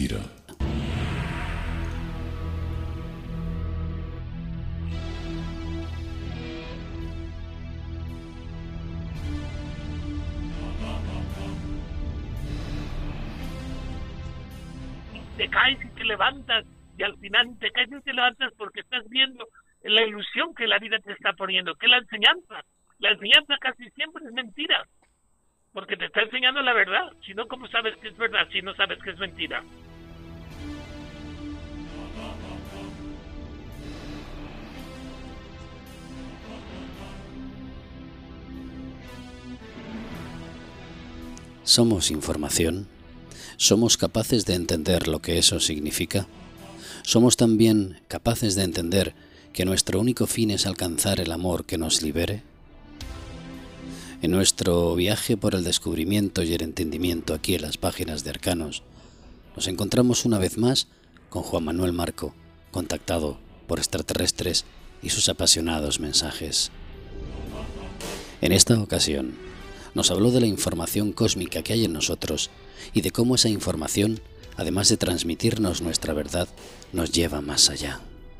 mentira. Te caes y te levantas, y al final te caes y te levantas porque estás viendo la ilusión que la vida te está poniendo, que la enseñanza casi siempre es mentira, porque te está enseñando la verdad. Si no, ¿cómo sabes que es verdad si no sabes que es mentira? ¿Somos información? ¿Somos capaces de entender lo que eso significa? ¿Somos también capaces de entender que nuestro único fin es alcanzar el amor que nos libere? En nuestro viaje por el descubrimiento y el entendimiento aquí en las páginas de Arcanos, nos encontramos una vez más con Juan Manuel Marco, contactado por extraterrestres y sus apasionados mensajes. En esta ocasión, nos habló de la información cósmica que hay en nosotros y de cómo esa información, además de transmitirnos nuestra verdad, nos lleva más allá.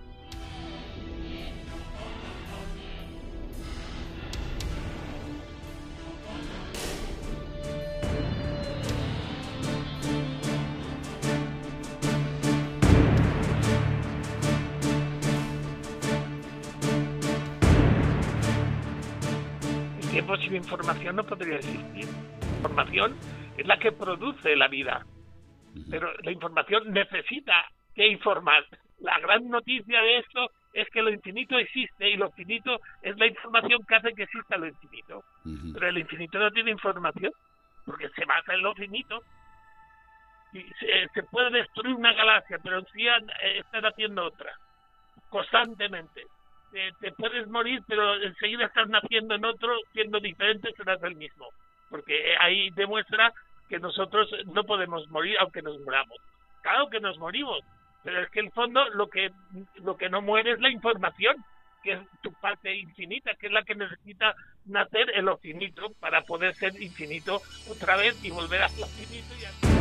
El tiempo sin información no podría existir. La información es la que produce la vida, pero la información necesita que informar. La gran noticia de esto es que lo infinito existe y lo finito es la información que hace que exista lo infinito. Pero el infinito no tiene información porque se basa en lo finito. Y se puede destruir una galaxia, pero sí están haciendo otra constantemente. Te puedes morir, pero enseguida estás naciendo en otro, siendo diferente, serás el mismo. Porque ahí demuestra que nosotros no podemos morir aunque nos muramos. Claro que nos morimos, pero es que en el fondo lo que no muere es la información, que es tu parte infinita, que es la que necesita nacer en lo finito para poder ser infinito otra vez y volver a lo finito y así.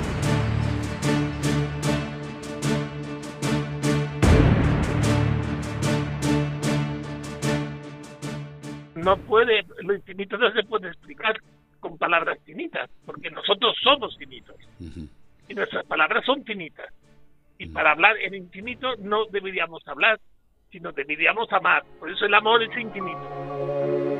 Lo infinito no se puede explicar con palabras finitas, porque nosotros somos finitos y nuestras palabras son finitas. Y para hablar en infinito no deberíamos hablar, sino deberíamos amar. Por eso el amor es infinito.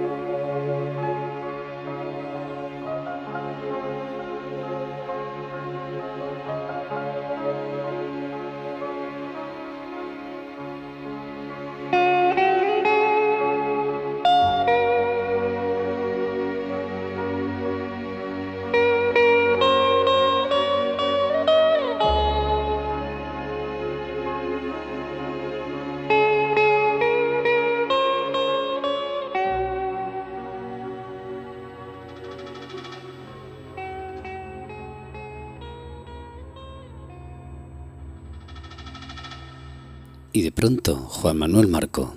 Y de pronto, Juan Manuel Marco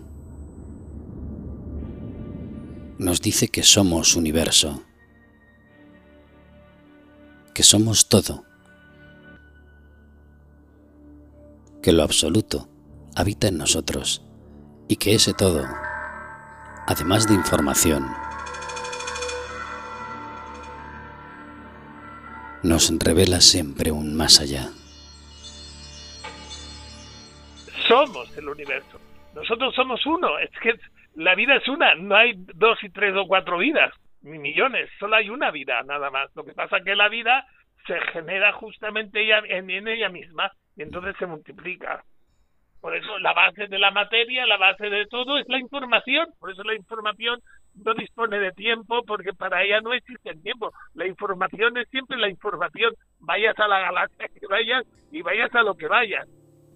nos dice que somos universo, que somos todo, que lo absoluto habita en nosotros y que ese todo, además de información, nos revela siempre un más allá. Somos el universo. Nosotros somos uno. Es que la vida es una. No hay 2 y 3 o 4 vidas, ni millones. Solo hay una vida, nada más. Lo que pasa es que la vida se genera justamente en ella misma y entonces se multiplica. Por eso la base de la materia, la base de todo es la información. Por eso la información no dispone de tiempo, porque para ella no existe el tiempo. La información es siempre la información. Vayas a la galaxia que vayas y vayas a lo que vayas.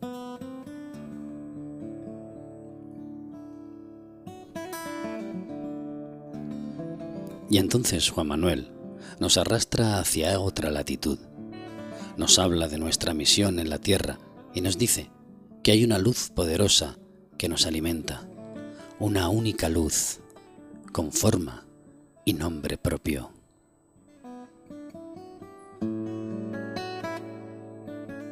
Y entonces Juan Manuel nos arrastra hacia otra latitud. Nos habla de nuestra misión en la Tierra y nos dice que hay una luz poderosa que nos alimenta, una única luz, con forma y nombre propio.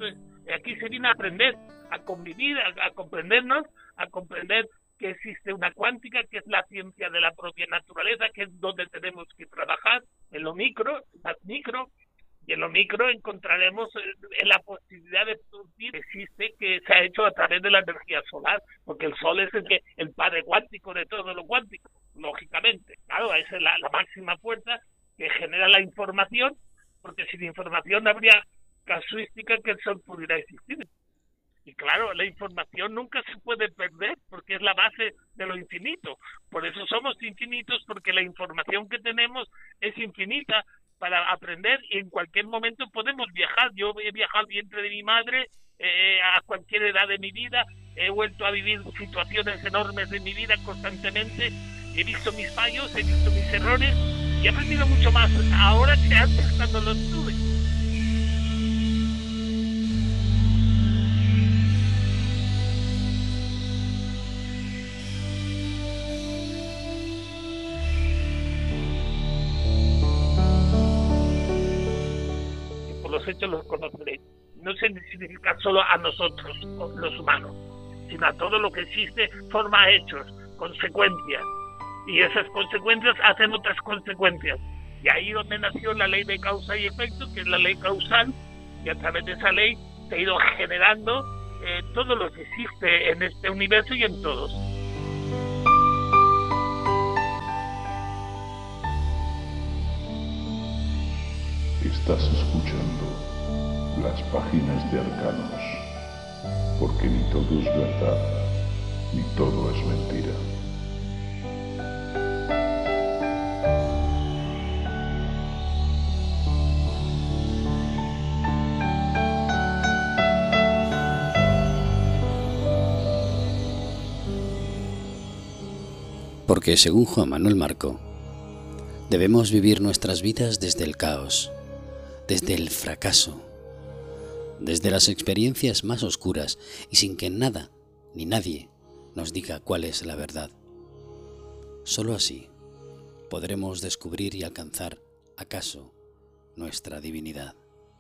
Entonces, aquí se viene a aprender, a convivir, a comprendernos, a comprender que existe una cuántica, que es la ciencia de la propia naturaleza, que es donde tenemos que trabajar, en lo micro, más micro, y en lo micro encontraremos en la posibilidad de producir que existe, que se ha hecho a través de la energía solar, porque el sol es el padre cuántico de todo lo cuántico, lógicamente. Claro, esa es la máxima fuerza que genera la información, porque sin información no habría casuística que el sol pudiera existir. Y claro, la información nunca se puede perder porque es la base de lo infinito. Por eso somos infinitos, porque la información que tenemos es infinita para aprender, y en cualquier momento podemos viajar. Yo he viajado al vientre de mi madre a cualquier edad de mi vida, he vuelto a vivir situaciones enormes de mi vida constantemente, he visto mis fallos, he visto mis errores y he aprendido mucho más ahora que antes cuando los tuve. Los hechos los conoceréis. No se significa solo a nosotros, los humanos, sino a todo lo que existe, forma hechos, consecuencias, y esas consecuencias hacen otras consecuencias. Y ahí donde nació la ley de causa y efecto, que es la ley causal, y a través de esa ley se ha ido generando todo lo que existe en este universo y en todos. Estás escuchando las páginas de Arcanos, porque ni todo es verdad, ni todo es mentira. Porque según Juan Manuel Marco, debemos vivir nuestras vidas desde el caos, desde el fracaso, desde las experiencias más oscuras y sin que nada ni nadie nos diga cuál es la verdad. Solo así podremos descubrir y alcanzar, acaso, nuestra divinidad.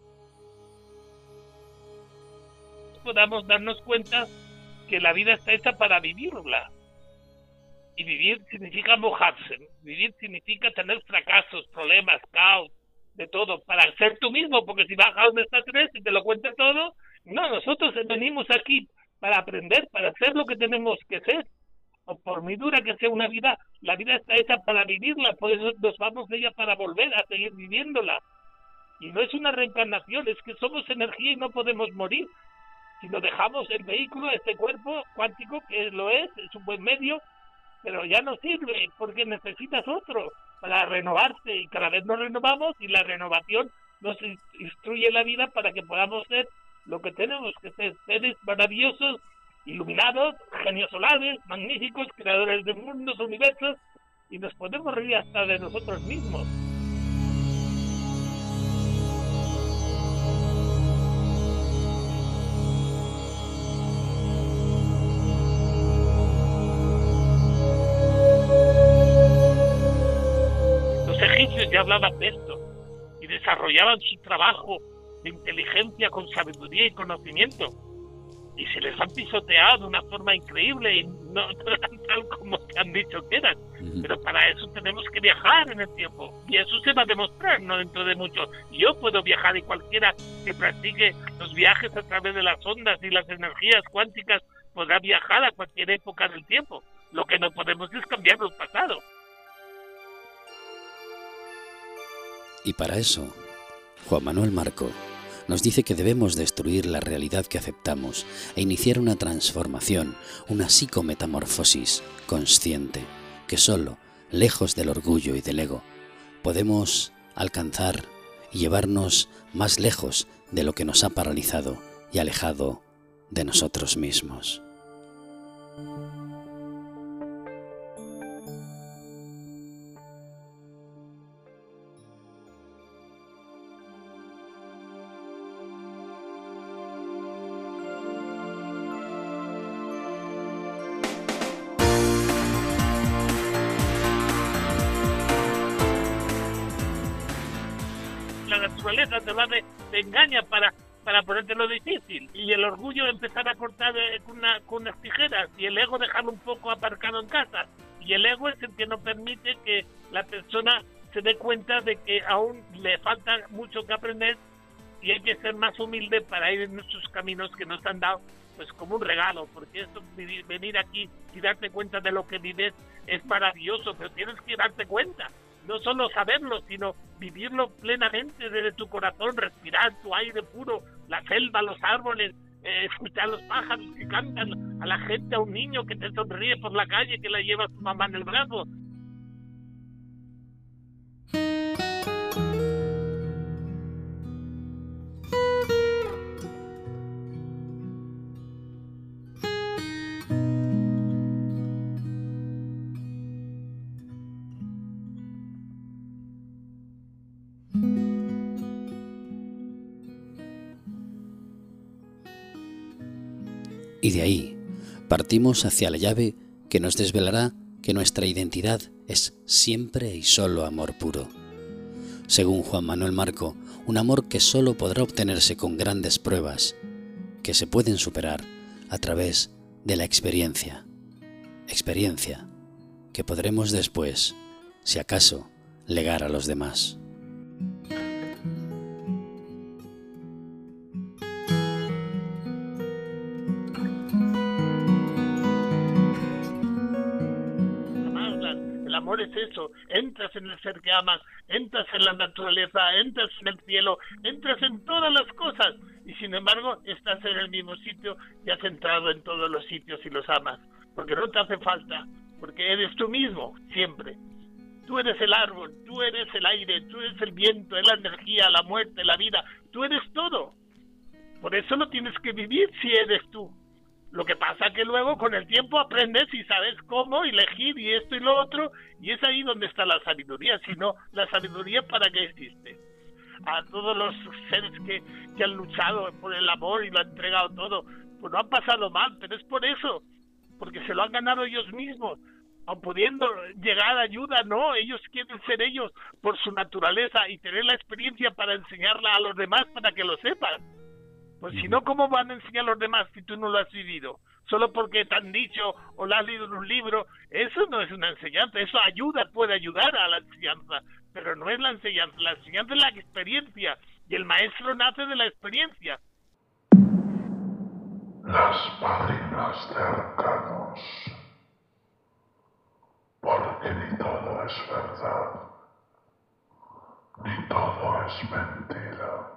Podamos darnos cuenta que la vida está hecha para vivirla. Y vivir significa mojarse, vivir significa tener fracasos, problemas, caos, de todo, para ser tú mismo, porque si vas a donde está tres y te lo cuenta todo, no, nosotros venimos aquí para aprender, para hacer lo que tenemos que ser. O por muy dura que sea una vida, la vida está hecha para vivirla, por eso nos vamos de ella para volver a seguir viviéndola. Y no es una reencarnación, es que somos energía y no podemos morir. Si nos dejamos el vehículo, este cuerpo cuántico, que lo es un buen medio, pero ya no sirve porque necesitas otro para renovarse, y cada vez nos renovamos, y la renovación nos instruye la vida para que podamos ser lo que tenemos que ser, seres maravillosos, iluminados, genios solares, magníficos, creadores de mundos, universos, y nos podemos reír hasta de nosotros mismos. Ya hablaban de esto y desarrollaban su trabajo de inteligencia con sabiduría y conocimiento, y se les han pisoteado de una forma increíble y no eran tal como se han dicho que eran. Pero para eso tenemos que viajar en el tiempo, y eso se va a demostrar no dentro de mucho. Yo puedo viajar, y cualquiera que practique los viajes a través de las ondas y las energías cuánticas podrá viajar a cualquier época del tiempo. Lo que no podemos es cambiar el pasado. Y para eso, Juan Manuel Marco nos dice que debemos destruir la realidad que aceptamos e iniciar una transformación, una psicometamorfosis consciente, que solo, lejos del orgullo y del ego, podemos alcanzar y llevarnos más lejos de lo que nos ha paralizado y alejado de nosotros mismos. La naturaleza te engaña para para ponértelo difícil, y el orgullo empezar a cortar con unas tijeras, y el ego dejarlo un poco aparcado en casa, y el ego es el que no permite que la persona se dé cuenta de que aún le falta mucho que aprender y hay que ser más humilde para ir en nuestros caminos que nos han dado pues como un regalo, porque esto, venir aquí y darte cuenta de lo que vives es maravilloso, pero tienes que darte cuenta, no solo saberlo, sino vivirlo plenamente desde tu corazón, respirar tu aire puro, la selva, los árboles, escuchar los pájaros que cantan, a la gente, a un niño que te sonríe por la calle, que la lleva tu mamá en el brazo. Y de ahí partimos hacia la llave que nos desvelará que nuestra identidad es siempre y solo amor puro. Según Juan Manuel Marco, un amor que solo podrá obtenerse con grandes pruebas, que se pueden superar a través de la experiencia. Experiencia que podremos después, si acaso, legar a los demás. Es eso, entras en el ser que amas, entras en la naturaleza, entras en el cielo, entras en todas las cosas y sin embargo estás en el mismo sitio y has entrado en todos los sitios y los amas, porque no te hace falta, porque eres tú mismo, siempre. Tú eres el árbol, tú eres el aire, tú eres el viento, es la energía, la muerte, la vida, tú eres todo. Por eso lo tienes que vivir si eres tú. Lo que pasa que luego con el tiempo aprendes y sabes cómo elegir y esto y lo otro, y es ahí donde está la sabiduría. Si no, la sabiduría ¿para qué existe? A todos los seres que han luchado por el amor y lo han entregado todo, pues no han pasado mal, pero es por eso, porque se lo han ganado ellos mismos, aun pudiendo llegar a ayuda, no, ellos quieren ser ellos por su naturaleza y tener la experiencia para enseñarla a los demás para que lo sepan. Pues si no, ¿cómo van a enseñar a los demás si tú no lo has vivido? Solo porque te han dicho o lo has leído en un libro, eso no es una enseñanza, eso ayuda, puede ayudar a la enseñanza, pero no es la enseñanza es la experiencia, y el maestro nace de la experiencia. Las páginas de Arcanos, porque ni todo es verdad, ni todo es mentira.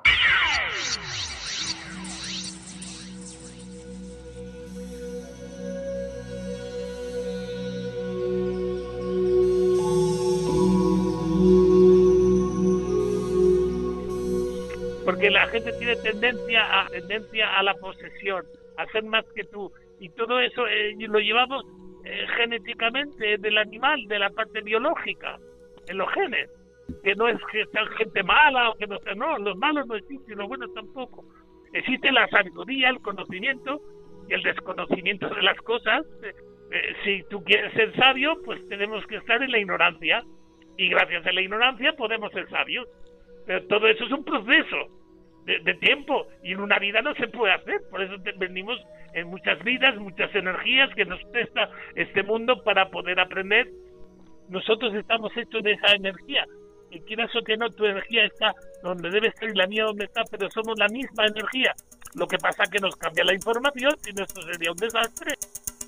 Porque la gente tiene tendencia a la posesión, a ser más que tú, y todo eso lo llevamos genéticamente del animal, de la parte biológica, en los genes, que no es que sean gente mala o que no sean, no, los malos no existen, los buenos tampoco. Existe la sabiduría, el conocimiento y el desconocimiento de las cosas. Si tú quieres ser sabio, pues tenemos que estar en la ignorancia, y gracias a la ignorancia podemos ser sabios. Pero todo eso es un proceso de tiempo, y en una vida no se puede hacer. Por eso venimos en muchas vidas, muchas energías que nos presta este mundo para poder aprender. Nosotros estamos hechos de esa energía, y quieras o que no, tu energía está donde debe estar y la mía donde está, pero somos la misma energía. Lo que pasa es que nos cambia la información y esto sería un desastre.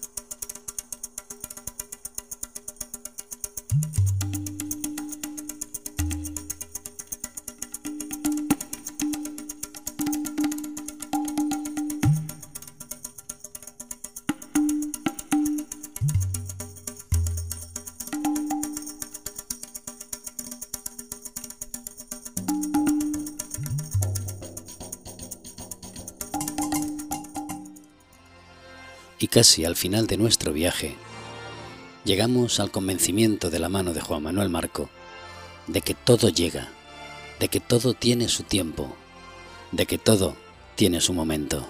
Y casi al final de nuestro viaje, llegamos al convencimiento de la mano de Juan Manuel Marco de que todo llega, de que todo tiene su tiempo, de que todo tiene su momento.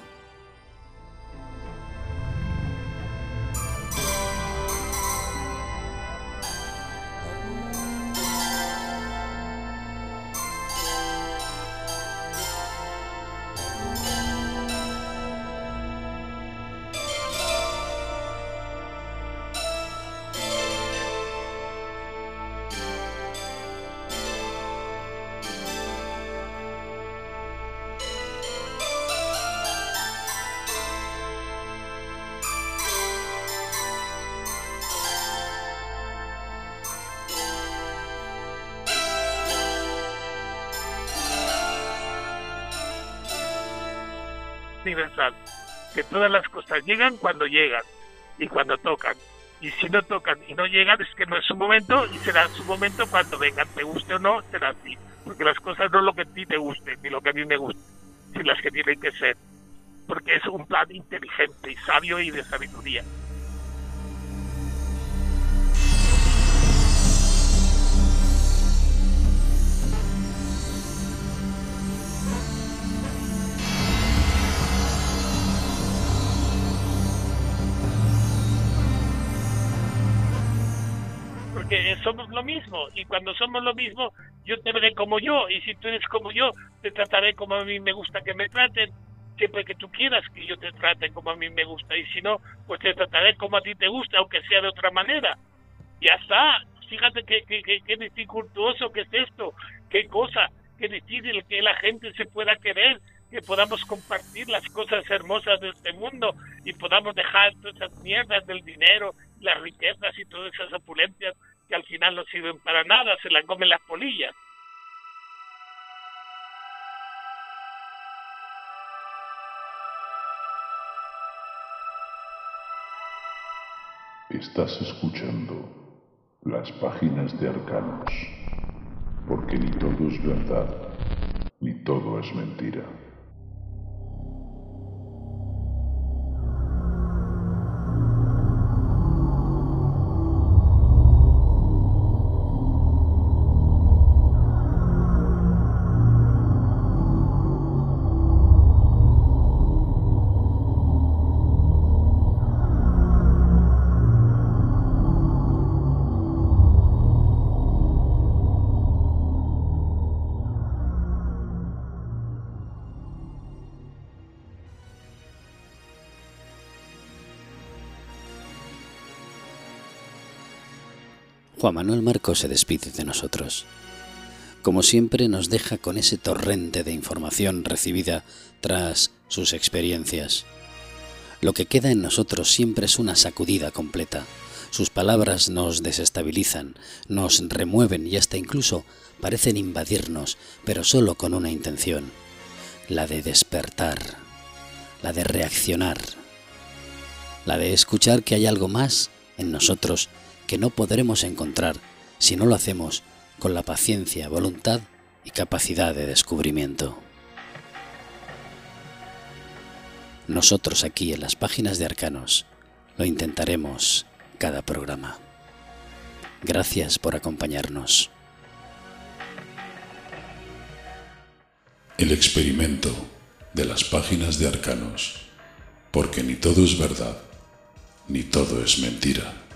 universal, que todas las cosas llegan cuando llegan y cuando tocan. Y si no tocan y no llegan, es que no es su momento, y será su momento cuando vengan, te guste o no, será así. Porque las cosas no es lo que a ti te guste, ni lo que a mí me guste, sino las que tienen que ser. Porque es un plan inteligente y sabio y de sabiduría. Porque somos lo mismo, y cuando somos lo mismo, yo te veré como yo, y si tú eres como yo, te trataré como a mí me gusta que me traten, siempre que tú quieras que yo te trate como a mí me gusta, y si no, pues te trataré como a ti te gusta, aunque sea de otra manera. Ya está. Fíjate qué dificultoso que es esto, qué cosa, qué difícil que la gente se pueda querer, que podamos compartir las cosas hermosas de este mundo y podamos dejar todas esas mierdas del dinero, las riquezas y todas esas opulencias que al final no sirven para nada, se las comen las polillas. Estás escuchando las páginas de Arcanos, porque ni todo es verdad, ni todo es mentira. Juan Manuel Marcos se despide de nosotros. Como siempre, nos deja con ese torrente de información recibida tras sus experiencias. Lo que queda en nosotros siempre es una sacudida completa. Sus palabras nos desestabilizan, nos remueven y hasta incluso parecen invadirnos, pero solo con una intención: la de despertar, la de reaccionar, la de escuchar que hay algo más en nosotros que no podremos encontrar si no lo hacemos con la paciencia, voluntad y capacidad de descubrimiento. Nosotros aquí en las páginas de Arcanos lo intentaremos cada programa. Gracias por acompañarnos. El experimento de las páginas de Arcanos, porque ni todo es verdad, ni todo es mentira.